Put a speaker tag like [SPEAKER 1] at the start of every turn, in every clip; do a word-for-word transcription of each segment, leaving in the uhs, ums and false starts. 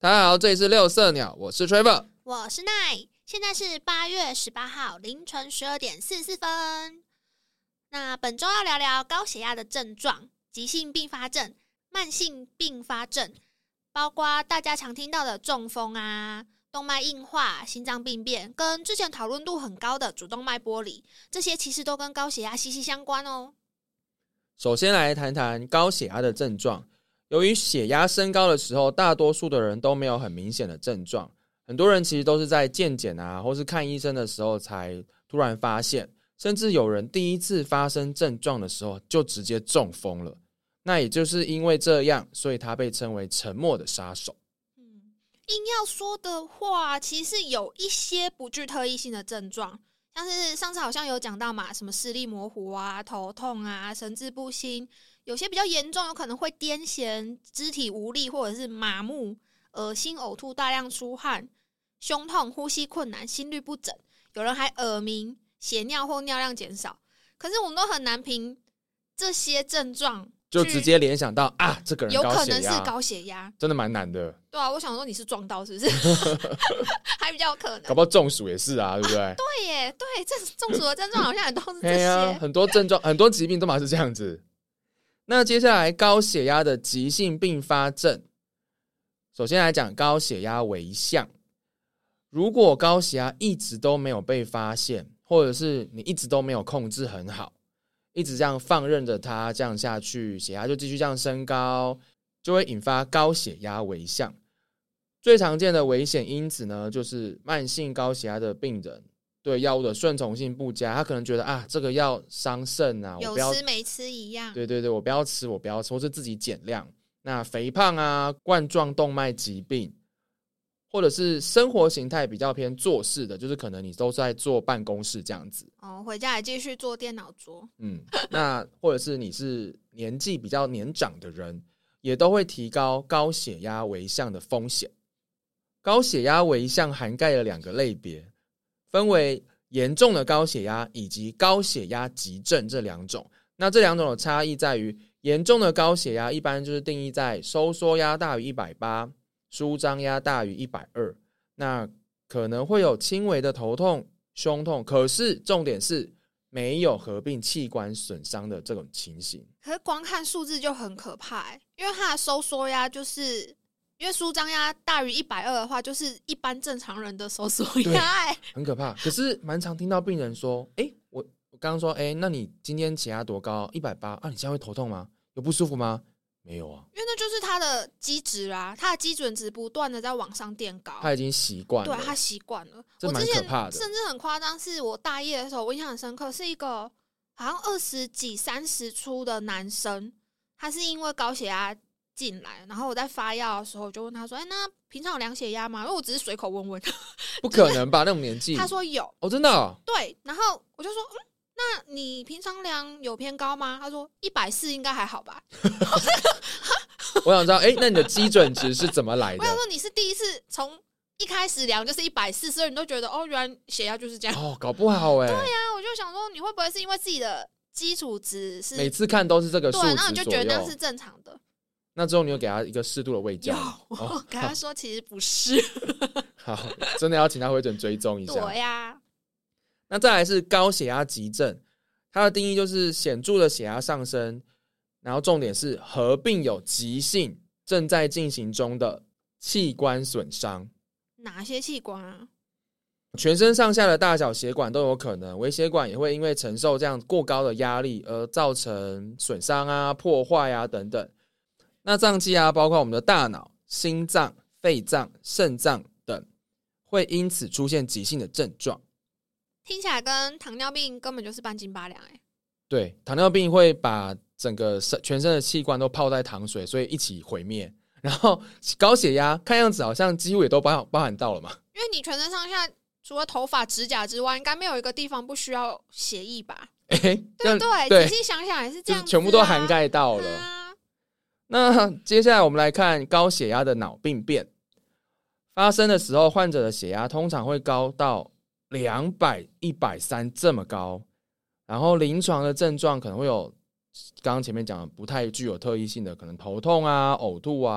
[SPEAKER 1] 大家好，这里是六色鸟，我是 Trevor，
[SPEAKER 2] 我是奈。现在是八月十八号凌晨十二点四十四分。那本周要聊聊高血压的症状、急性并发症、慢性并发症，包括大家常听到的中风啊、动脉硬化、心脏病变，跟之前讨论度很高的主动脉剥离，这些其实都跟高血压息息相关哦。
[SPEAKER 1] 首先来谈谈高血压的症状。由于血压升高的时候，大多数的人都没有很明显的症状，很多人其实都是在健检啊，或是看医生的时候才突然发现，甚至有人第一次发生症状的时候就直接中风了。那也就是因为这样，所以他被称为沉默的杀手。
[SPEAKER 2] 嗯，硬要说的话，其实有一些不具特异性的症状，像是上次好像有讲到嘛，什么视力模糊啊、头痛啊、神志不清，有些比较严重，有可能会癫痫、肢体无力或者是麻木、恶心、呕吐、大量出汗、胸痛、呼吸困难、心律不整，有人还耳鸣、血尿或尿量减少。可是我们都很难凭这些症状
[SPEAKER 1] 就直接联想到啊，这个人
[SPEAKER 2] 有
[SPEAKER 1] 高血压，
[SPEAKER 2] 可能是高血压，
[SPEAKER 1] 真的蛮难的。
[SPEAKER 2] 对啊，我想说你是撞到是不是？还比较有可能，
[SPEAKER 1] 搞不好中暑也是啊，对不对？
[SPEAKER 2] 对耶，对，这中暑的症状好像也都是这些。
[SPEAKER 1] 啊、很多症状、很多疾病都嘛是这样子。那接下来高血压的急性并发症，首先来讲高血压危象。如果高血压一直都没有被发现，或者是你一直都没有控制很好，一直这样放任着它这样下去，血压就继续这样升高，就会引发高血压危象。最常见的危险因子呢，就是慢性高血压的病人对药物的顺从性不佳，他可能觉得啊，这个药伤肾啊，我不要
[SPEAKER 2] 有吃没吃一样。
[SPEAKER 1] 对对对，我不要吃，我不要吃，或是自己减量。那肥胖啊、冠状动脉疾病，或者是生活形态比较偏坐式的，就是可能你都在坐办公室这样子。
[SPEAKER 2] 哦，回家也继续坐电脑桌。
[SPEAKER 1] 嗯，那或者是你是年纪比较年长的人，也都会提高高血压危象的风险。高血压危象涵盖了两个类别，分为严重的高血压以及高血压急症这两种。那这两种的差异在于，严重的高血压一般就是定义在收缩压大于一百八十，舒张压大于一百二十，那可能会有轻微的头痛、胸痛，可是重点是没有合并器官损伤的这种情形。
[SPEAKER 2] 可是光看数字就很可怕、欸、因为它的收缩压就是因为舒张压大于一百二十的话，就是一般正常人的收缩压、欸，
[SPEAKER 1] 很可怕。可是蛮常听到病人说，哎、欸，我我刚刚说，哎、欸，那你今天血压多高？一百八啊，你现在会头痛吗？有不舒服吗？没有啊，
[SPEAKER 2] 因为那就是它的基值啦，它的基准值不断的在往上垫高，
[SPEAKER 1] 他已经习惯了，
[SPEAKER 2] 对，他习惯了。
[SPEAKER 1] 这蛮可怕的。
[SPEAKER 2] 我之前甚至很夸张，是我大一的时候，我印象很深刻，是一个好像二十几、三十出的男生，他是因为高血压进来，然后我在发药的时候，我就问他说：“哎、欸，那平常有量血压吗？”因为我只是随口问问，
[SPEAKER 1] 不可能吧？那种年纪，
[SPEAKER 2] 他说有
[SPEAKER 1] 哦，真的、哦？
[SPEAKER 2] 对，然后我就说：“嗯，那你平常量有偏高吗？”他说：“一百四应该还好吧。”
[SPEAKER 1] 我想知道，哎、欸，那你的基准值是怎么来的？
[SPEAKER 2] 我想说你是第一次从一开始量就是一百四，所以你都觉得哦，原来血压就是这样。
[SPEAKER 1] 哦，搞不好哎、欸。
[SPEAKER 2] 对呀、啊，我就想说，你会不会是因为自己的基础值是
[SPEAKER 1] 每次看都是这个数值左右，
[SPEAKER 2] 对，那你就觉得那是正常的。
[SPEAKER 1] 那之后你有给他一个适度的卫教？
[SPEAKER 2] 有，我跟他说其实不是。
[SPEAKER 1] 好，真的要请他回诊追踪一下。
[SPEAKER 2] 对呀、啊。
[SPEAKER 1] 那再来是高血压急症，它的定义就是显著的血压上升，然后重点是合并有急性正在进行中的器官损伤。
[SPEAKER 2] 哪些器官啊？
[SPEAKER 1] 全身上下的大小血管都有可能，微血管也会因为承受这样过高的压力而造成损伤啊、破坏啊等等。那脏器啊，包括我们的大脑、心脏、肺脏、肾脏等，会因此出现急性的症状。
[SPEAKER 2] 听起来跟糖尿病根本就是半斤八两哎、欸。
[SPEAKER 1] 对，糖尿病会把整个全身的器官都泡在糖水，所以一起毁灭。然后高血压看样子好像几乎也都包含包含到了嘛，
[SPEAKER 2] 因为你全身上下除了头发、指甲之外，应该没有一个地方不需要血液吧？
[SPEAKER 1] 欸、
[SPEAKER 2] 对不对？
[SPEAKER 1] 对，
[SPEAKER 2] 仔细想想也是这样子、啊，
[SPEAKER 1] 就是全部都涵盖到了。
[SPEAKER 2] 啊、
[SPEAKER 1] 那接下来我们来看高血压的脑病变。发生的时候，患者的血压通常会高到两百、一百三这么高，然后临床的症状可能会有刚刚前面讲的不太具有特异性的，可能头痛啊、呕吐啊，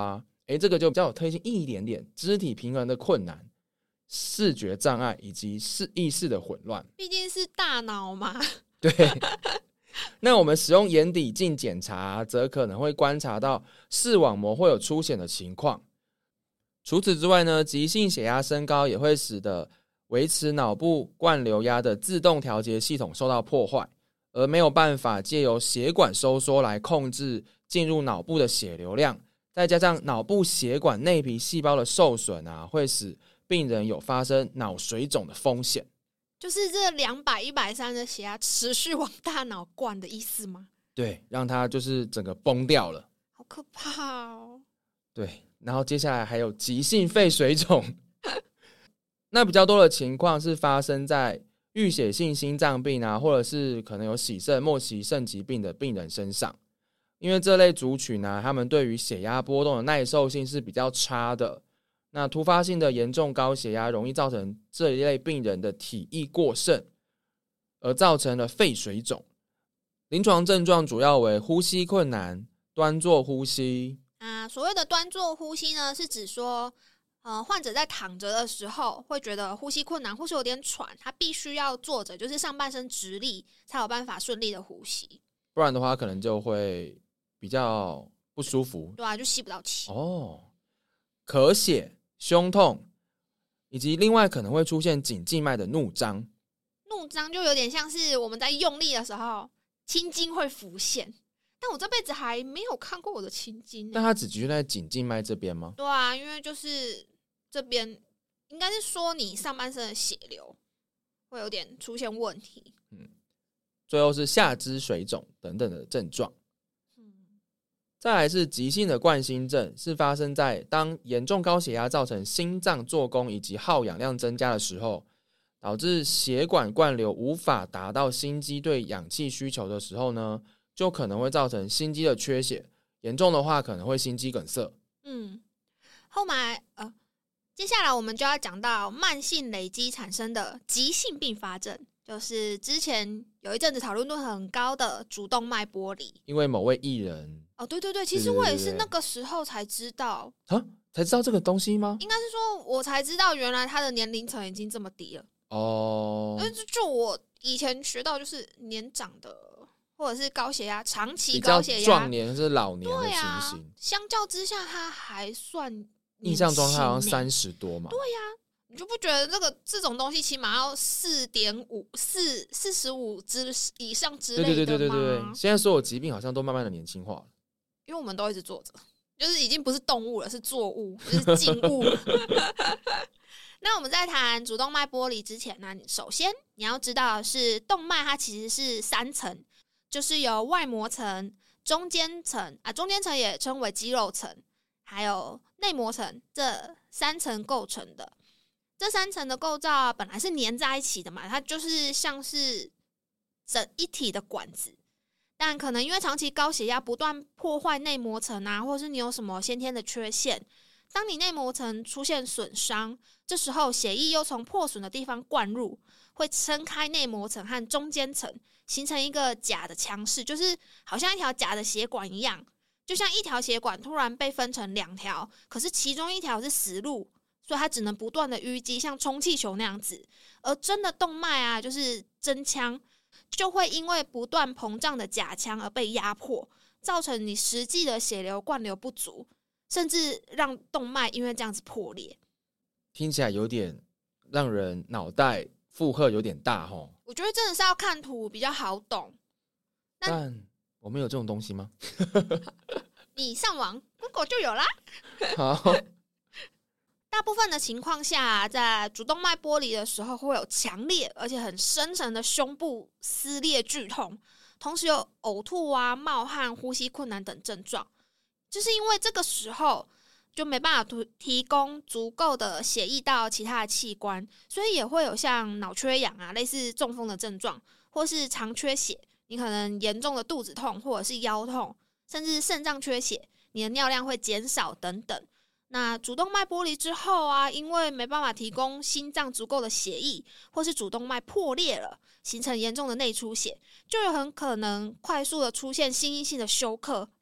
[SPEAKER 1] 诶，这个就比较有特异性一点点，肢体平衡的困难、视觉障碍以及意识的混乱。
[SPEAKER 2] 毕竟是大脑嘛。
[SPEAKER 1] 对。那我们使用眼底镜检查，则可能会观察到视网膜会有出血的情况。除此之外呢，急性血压升高也会使得维持脑部灌流压的自动调节系统受到破坏，而没有办法借由血管收缩来控制进入脑部的血流量。再加上脑部血管内皮细胞的受损啊，会使病人有发生脑水肿的风险。
[SPEAKER 2] 就是这两百、一百三的血压持续往大脑灌的意思吗？
[SPEAKER 1] 对，让它就是整个崩掉了。
[SPEAKER 2] 好可怕哦。
[SPEAKER 1] 对，然后接下来还有急性肺水肿。那比较多的情况是发生在淤血性心脏病啊，或者是可能有洗肾、末期肾疾病的病人身上。因为这类族群呢、啊，他们对于血压波动的耐受性是比较差的。那突发性的严重高血压容易造成这一类病人的体液过剩，而造成了肺水肿。临床症状主要为呼吸困难、端坐呼吸。
[SPEAKER 2] 啊，所谓的端坐呼吸呢，是指说，呃，患者在躺着的时候会觉得呼吸困难，或是有点喘，他必须要坐着，就是上半身直立，才有办法顺利的呼吸。
[SPEAKER 1] 不然的话，可能就会比较不舒服。
[SPEAKER 2] 对啊，就吸不到气。
[SPEAKER 1] 哦，咳血、胸痛，以及另外可能会出现颈静脉的怒张。
[SPEAKER 2] 怒张就有点像是我们在用力的时候，青筋会浮现。但我这辈子还没有看过我的青筋、欸。
[SPEAKER 1] 但它只局限在颈静脉这边吗？
[SPEAKER 2] 对啊，因为就是这边应该是说你上半身的血流会有点出现问题。
[SPEAKER 1] 嗯，最后是下肢水肿等等的症状。再来是急性的冠心症，是发生在当严重高血压造成心脏做工以及耗氧量增加的时候，导致血管灌流无法达到心肌对氧气需求的时候呢，就可能会造成心肌的缺血，严重的话可能会心肌梗塞。
[SPEAKER 2] 嗯，后来呃，接下来我们就要讲到慢性累积产生的急性并发症，就是之前有一阵子讨论度很高的主动脉剥离。
[SPEAKER 1] 因为某位艺人
[SPEAKER 2] 哦，对对对，其实我也是那个时候才知道
[SPEAKER 1] 啊，才知道这个东西吗？
[SPEAKER 2] 应该是说我才知道原来他的年龄层已经这么低了。
[SPEAKER 1] 哦，
[SPEAKER 2] 因为就我以前学到就是年长的或者是高血压长期
[SPEAKER 1] 比较
[SPEAKER 2] 高血压
[SPEAKER 1] 壮年是老年的情形、
[SPEAKER 2] 啊、相较之下他还算年轻、欸、
[SPEAKER 1] 印象中他好像三十多嘛。
[SPEAKER 2] 对呀、啊，你就不觉得这个这种东西起码要四点五四四十五之以上之类的吗？
[SPEAKER 1] 对对对对对对，现在所有疾病好像都慢慢的年轻化了，
[SPEAKER 2] 因为我们都一直坐着，就是已经不是动物了，是作物，就是静物。那我们在谈主动脉剥离之前呢，首先你要知道的是动脉它其实是三层，就是由外膜层、中间层啊，中间层也称为肌肉层，还有内膜层这三层构成的。这三层的构造啊，本来是粘在一起的嘛，它就是像是整一体的管子。但可能因为长期高血压不断破坏内膜层啊，或者是你有什么先天的缺陷，当你内膜层出现损伤，这时候血液又从破损的地方灌入，会撑开内膜层和中间层，形成一个假的腔室，就是好像一条假的血管一样，就像一条血管突然被分成两条，可是其中一条是死路，所以它只能不断的淤积，像充气球那样子。而真的动脉啊，就是真腔，就会因为不断膨胀的假腔而被压迫，造成你实际的血流灌流不足，甚至让动脉因为这样子破裂。
[SPEAKER 1] 听起来有点让人脑袋负荷有点大齁。
[SPEAKER 2] 我觉得真的是要看图比较好懂。
[SPEAKER 1] 但我们有这种东西吗？
[SPEAKER 2] 你上网 Google 就有啦。
[SPEAKER 1] 好。
[SPEAKER 2] 大部分的情况下，在主动脉剥离的时候，会有强烈而且很深沉的胸部撕裂剧痛，同时有呕吐啊、冒汗、呼吸困难等症状。就是因为这个时候就没办法提供足够的血液到其他的器官，所以也会有像脑缺氧啊、类似中风的症状，或是肠缺血，你可能严重的肚子痛或者是腰痛，甚至肾脏缺血，你的尿量会减少等等。那主动脉剥离之后啊，因为没办法提供心脏足够的血液，或是主动脉破裂了，形成严重的内出血，就有很可能快速的出现心因性的休克、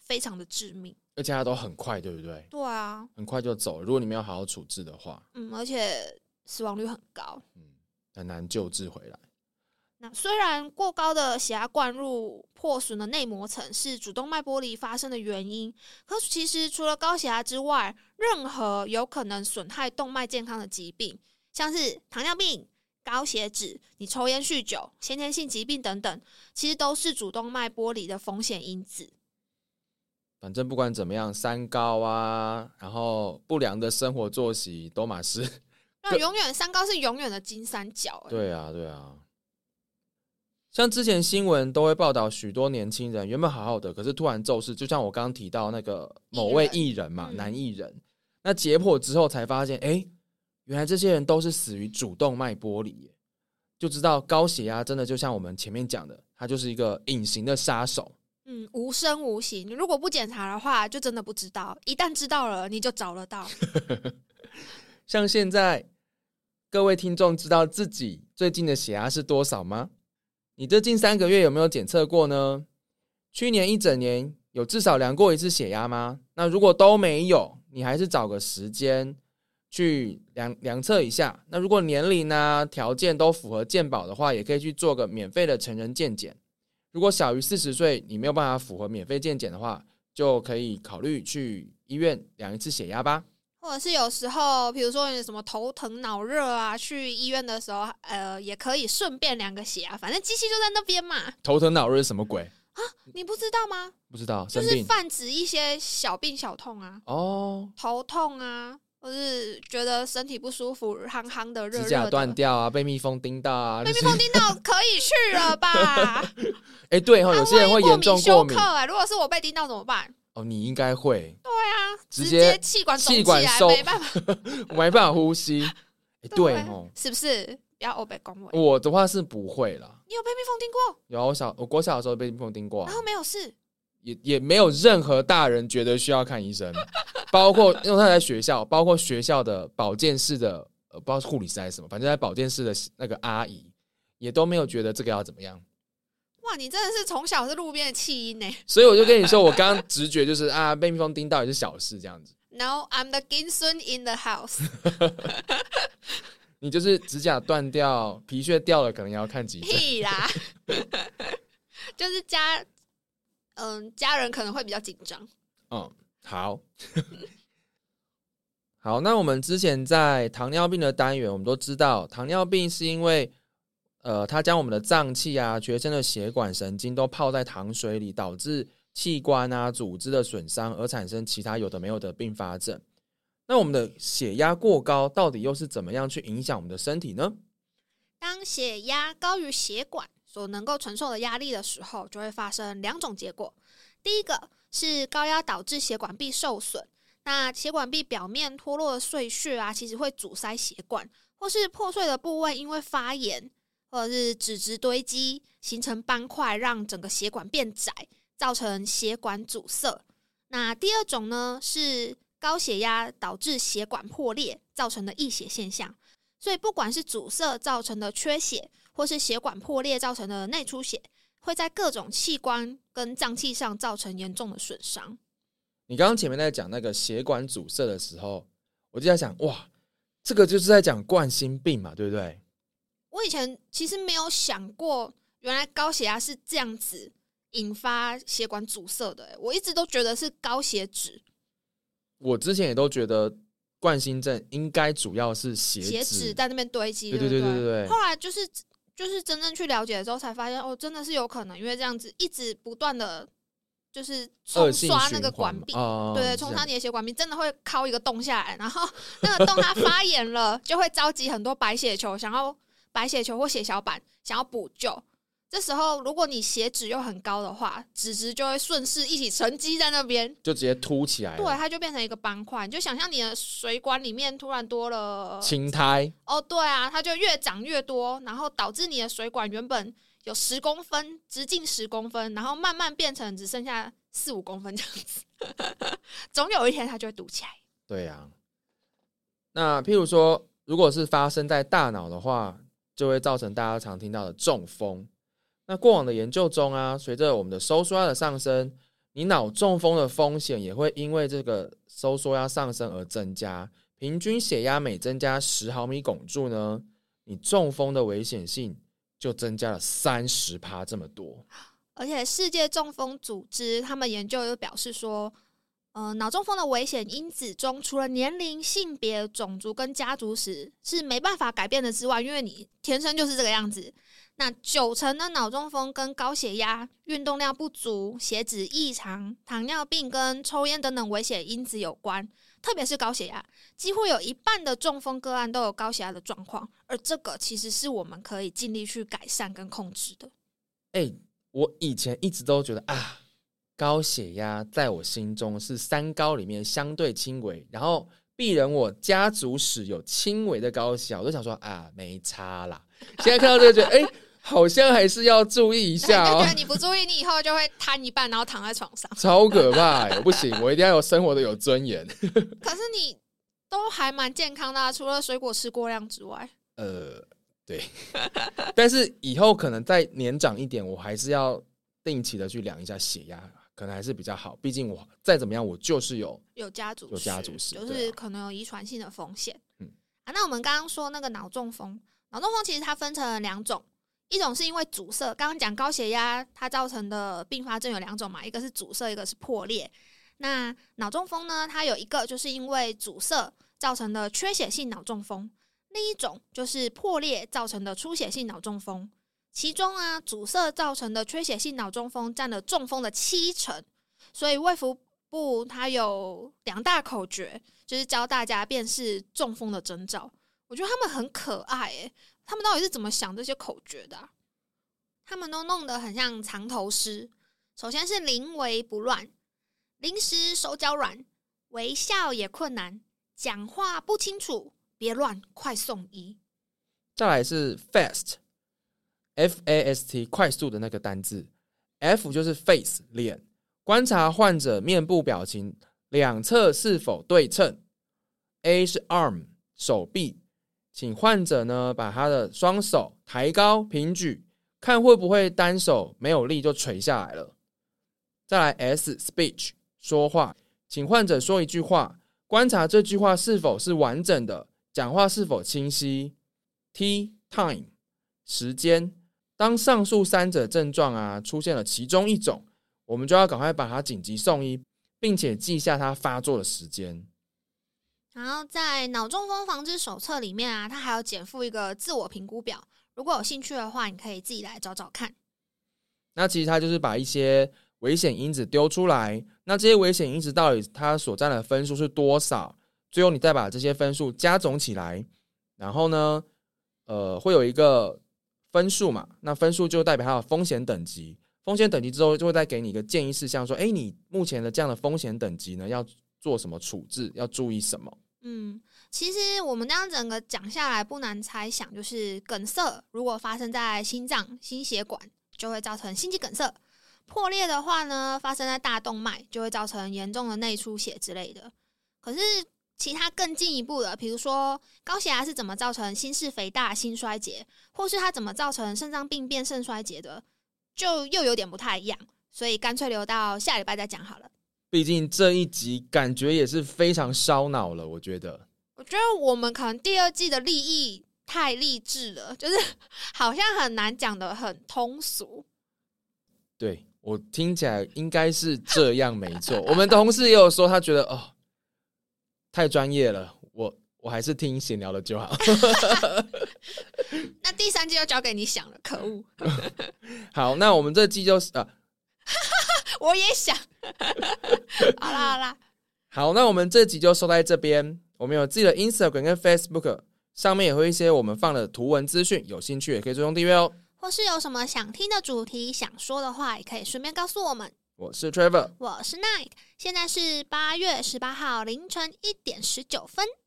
[SPEAKER 2] 非常的致命，
[SPEAKER 1] 而且它都很快，对不对？
[SPEAKER 2] 对啊，
[SPEAKER 1] 很快就走了。如果你没有好好处置的话，
[SPEAKER 2] 嗯，而且死亡率很高，
[SPEAKER 1] 嗯，很难救治回来。
[SPEAKER 2] 那虽然过高的血压灌入破损的内膜层是主动脉剥离发生的原因，可其实除了高血压之外，任何有可能损害动脉健康的疾病，像是糖尿病、高血脂、你抽烟酗酒、先天性疾病等等，其实都是主动脉剥离的风险因子。
[SPEAKER 1] 反正不管怎么样，三高啊，然后不良的生活作息都嘛是，
[SPEAKER 2] 那永远三高是永远的金三角、欸。
[SPEAKER 1] 对啊，对啊。像之前新闻都会报道许多年轻人原本好好的，可是突然骤逝，就像我刚刚提到那个某位艺人嘛，
[SPEAKER 2] 嗯、
[SPEAKER 1] 男艺人，那解剖之后才发现，哎，原来这些人都是死于主动脉剥离耶，就知道高血压真的就像我们前面讲的，它就是一个隐形的杀手。
[SPEAKER 2] 嗯，无声无息，你如果不检查的话，就真的不知道，一旦知道了，你就找得到。
[SPEAKER 1] 像现在各位听众知道自己最近的血压是多少吗？你这近三个月有没有检测过呢？去年一整年有至少量过一次血压吗？那如果都没有，你还是找个时间去量量测一下。那如果年龄啊条件都符合健保的话，也可以去做个免费的成人健检。如果小于四十岁，你没有办法符合免费健检的话，就可以考虑去医院量一次血压吧。
[SPEAKER 2] 或者是有时候比如说你什么头疼脑热啊，去医院的时候呃，也可以顺便量个血压，反正机器就在那边嘛。
[SPEAKER 1] 头疼脑热是什么鬼
[SPEAKER 2] 啊？你不知道吗？
[SPEAKER 1] 不知道，
[SPEAKER 2] 就是泛指一些小病小痛啊，
[SPEAKER 1] 哦，
[SPEAKER 2] 头痛啊，或是觉得身体不舒服，夯夯的热热的，
[SPEAKER 1] 指甲断掉啊，被蜜蜂叮到啊，
[SPEAKER 2] 被蜜蜂叮到可以去了吧？
[SPEAKER 1] 哎、欸，对哦，有些人会严重过敏。
[SPEAKER 2] 哎、欸，如果是我被叮到怎么办？
[SPEAKER 1] 哦，你应该会。
[SPEAKER 2] 对啊，
[SPEAKER 1] 直接
[SPEAKER 2] 气管
[SPEAKER 1] 气管收，
[SPEAKER 2] 没办法，
[SPEAKER 1] 我没办法呼吸。欸、对, 对哦，
[SPEAKER 2] 是不是？不要欧北恭维。
[SPEAKER 1] 我的话是不会啦。
[SPEAKER 2] 你有被蜜蜂叮过？
[SPEAKER 1] 有，我小我国小的时候被蜜蜂叮过、啊，
[SPEAKER 2] 然后没有事，
[SPEAKER 1] 也也没有任何大人觉得需要看医生，包括因为他在学校，包括学校的保健室的，呃，不知道是护理师还是什么，反正在保健室的那个阿姨也都没有觉得这个要怎么样。
[SPEAKER 2] 哇，你真的是从小是路边的弃婴呢。
[SPEAKER 1] 所以我就跟你说，我刚刚直觉就是啊，被蜜蜂叮到也是小事这样子。
[SPEAKER 2] No, I'm the 金孙 in the house 。
[SPEAKER 1] 你就是指甲断掉、皮屑掉了，可能也要看急诊。
[SPEAKER 2] 屁啦，就是家，嗯，家人可能会比较紧张。
[SPEAKER 1] 嗯，好，好。那我们之前在糖尿病的单元，我们都知道，糖尿病是因为。呃，它将我们的脏器啊、全身的血管、神经都泡在糖水里，导致器官啊、组织的损伤，而产生其他有的没有的并发症。那我们的血压过高，到底又是怎么样去影响我们的身体呢？
[SPEAKER 2] 当血压高于血管所能够承受的压力的时候，就会发生两种结果。第一个是高压导致血管壁受损，那血管壁表面脱落的碎屑啊，其实会阻塞血管，或是破碎的部位因为发炎。或者是脂质堆积形成斑块，让整个血管变窄，造成血管阻塞。那第二种呢，是高血压导致血管破裂造成的溢血现象。所以不管是阻塞造成的缺血，或是血管破裂造成的内出血，会在各种器官跟脏器上造成严重的损伤。
[SPEAKER 1] 你刚刚前面在讲那个血管阻塞的时候，我就在想，哇，这个就是在讲冠心病嘛，对不对？
[SPEAKER 2] 我以前其实没有想过，原来高血压是这样子引发血管阻塞的。我一直都觉得是高血脂。
[SPEAKER 1] 我之前也都觉得冠心症应该主要是血脂，
[SPEAKER 2] 血脂在那边堆积。
[SPEAKER 1] 对对对对对对。
[SPEAKER 2] 后来就是就是真正去了解之后，才发现哦，真的是有可能，因为这样子一直不断的就是冲刷那个管壁，
[SPEAKER 1] 哦、
[SPEAKER 2] 对，冲刷你的血管壁，真的会敲一个洞下来，然后那个洞它发炎了，就会召集很多白血球，想要。白血球或血小板想要补救，这时候如果你血脂又很高的话，脂质就会顺势一起沉积在那边，
[SPEAKER 1] 就直接凸起来了。
[SPEAKER 2] 对，它就变成一个斑块。你就想象你的水管里面突然多了
[SPEAKER 1] 青苔。
[SPEAKER 2] 哦，对啊，它就越长越多，然后导致你的水管原本有十公分，直径十公分，然后慢慢变成只剩下四五公分这样子。总有一天它就会堵起来。
[SPEAKER 1] 对啊，那譬如说，如果是发生在大脑的话，就会造成大家常听到的中风。那过往的研究中啊，随着我们的收缩压的上升， 你脑中风的风险也会因为这个收缩压上升而增加。平均血压每增加十毫米汞柱呢，你中风的危险性就增加了 百分之三十 这么多。
[SPEAKER 2] 而且世界中风组织他们研究又表示说，呃，脑中风的危险因子中，除了年龄、性别、种族跟家族史是没办法改变的之外，因为你天生就是这个样子。那九成的脑中风跟高血压、运动量不足、血脂异常、糖尿病跟抽烟等等危险因子有关，特别是高血压，几乎有一半的中风个案都有高血压的状况，而这个其实是我们可以尽力去改善跟控制的。
[SPEAKER 1] 欸，我以前一直都觉得啊，高血压在我心中是三高里面相对轻微，然后鄙人我家族史有轻微的高血压，我就想说啊，没差啦。现在看到这个觉得哎、欸，好像还是要注意一下哦。
[SPEAKER 2] 就觉得你不注意，你以后就会瘫一半，然后躺在床上，
[SPEAKER 1] 超可怕欸！不行，我一定要有生活的有尊严。
[SPEAKER 2] 可是你都还蛮健康的啊，除了水果吃过量之外。
[SPEAKER 1] 呃，对。但是以后可能再年长一点，我还是要定期的去量一下血压，可能还是比较好。毕竟我再怎么样，我就是有
[SPEAKER 2] 有家族史
[SPEAKER 1] 有家族史，
[SPEAKER 2] 就是可能有遗传性的风险。
[SPEAKER 1] 嗯
[SPEAKER 2] 啊，那我们刚刚说那个脑中风，脑中风其实它分成了两种。一种是因为阻塞，刚刚讲高血压它造成的并发症有两种嘛，一个是阻塞，一个是破裂。那脑中风呢，它有一个就是因为阻塞造成的缺血性脑中风，另一种就是破裂造成的出血性脑中风。其中啊，阻塞造成的缺血性脑中风占了中风的七成，所以卫福部它有两大口诀，就是教大家辨识中风的征兆。我觉得他们很可爱耶，他们到底是怎么想这些口诀的啊？他们都弄得很像藏头诗。首先是临危不乱，临时手脚软，微笑也困难，讲话不清楚，别乱，快送医。
[SPEAKER 1] 再来是 fast F A S T 快速的那个单字， F 就是 face 脸，观察患者面部表情两侧是否对称。 A 是 arm 手臂，请患者呢把他的双手抬高平举，看会不会单手没有力就垂下来了。再来 S speech 说话，请患者说一句话，观察这句话是否是完整的，讲话是否清晰。 T time 时间，当上述三者症状啊出现了其中一种，我们就要赶快把它紧急送医，并且记下它发作的时间。
[SPEAKER 2] 然后在脑中风防治手册里面啊，它还有减负一个自我评估表，如果有兴趣的话，你可以自己来找找看。
[SPEAKER 1] 那其实它就是把一些危险因子丢出来，那这些危险因子到底它所占的分数是多少，最后你再把这些分数加总起来，然后呢呃，会有一个分数嘛，那分数就代表它的风险等级，风险等级之后就会再给你一个建议事项，说哎，你目前的这样的风险等级呢，要做什么处置，要注意什么。
[SPEAKER 2] 嗯，其实我们这样整个讲下来，不难猜想，就是梗塞如果发生在心脏、心血管，就会造成心肌梗塞；破裂的话呢，发生在大动脉，就会造成严重的内出血之类的。可是其他更进一步的，比如说高血压是怎么造成心室肥大、心衰竭，或是它怎么造成肾脏病变、肾衰竭的，就又有点不太一样，所以干脆留到下礼拜再讲好了。
[SPEAKER 1] 毕竟这一集感觉也是非常烧脑了，我觉得。
[SPEAKER 2] 我觉得我们可能第二季的立意太励志了，就是好像很难讲得很通俗。
[SPEAKER 1] 对，我听起来应该是这样没错。我们同事也有说，他觉得哦，太专业了，我我还是听闲聊的就好。
[SPEAKER 2] 那第三季就交给你想了，可恶。
[SPEAKER 1] 好，那我们这季就是啊，
[SPEAKER 2] 我也想。好啦好啦，
[SPEAKER 1] 好，那我们这集就收在这边。我们有自己的 Instagram 跟 Facebook， 上面也会有一些我们放的图文资讯，有兴趣也可以追踪订阅哦。
[SPEAKER 2] 或是有什么想听的主题、想说的话，也可以顺便告诉我们。
[SPEAKER 1] 我是 Trevor，
[SPEAKER 2] 我是 Night， 现在是八月十八号凌晨一点十九分。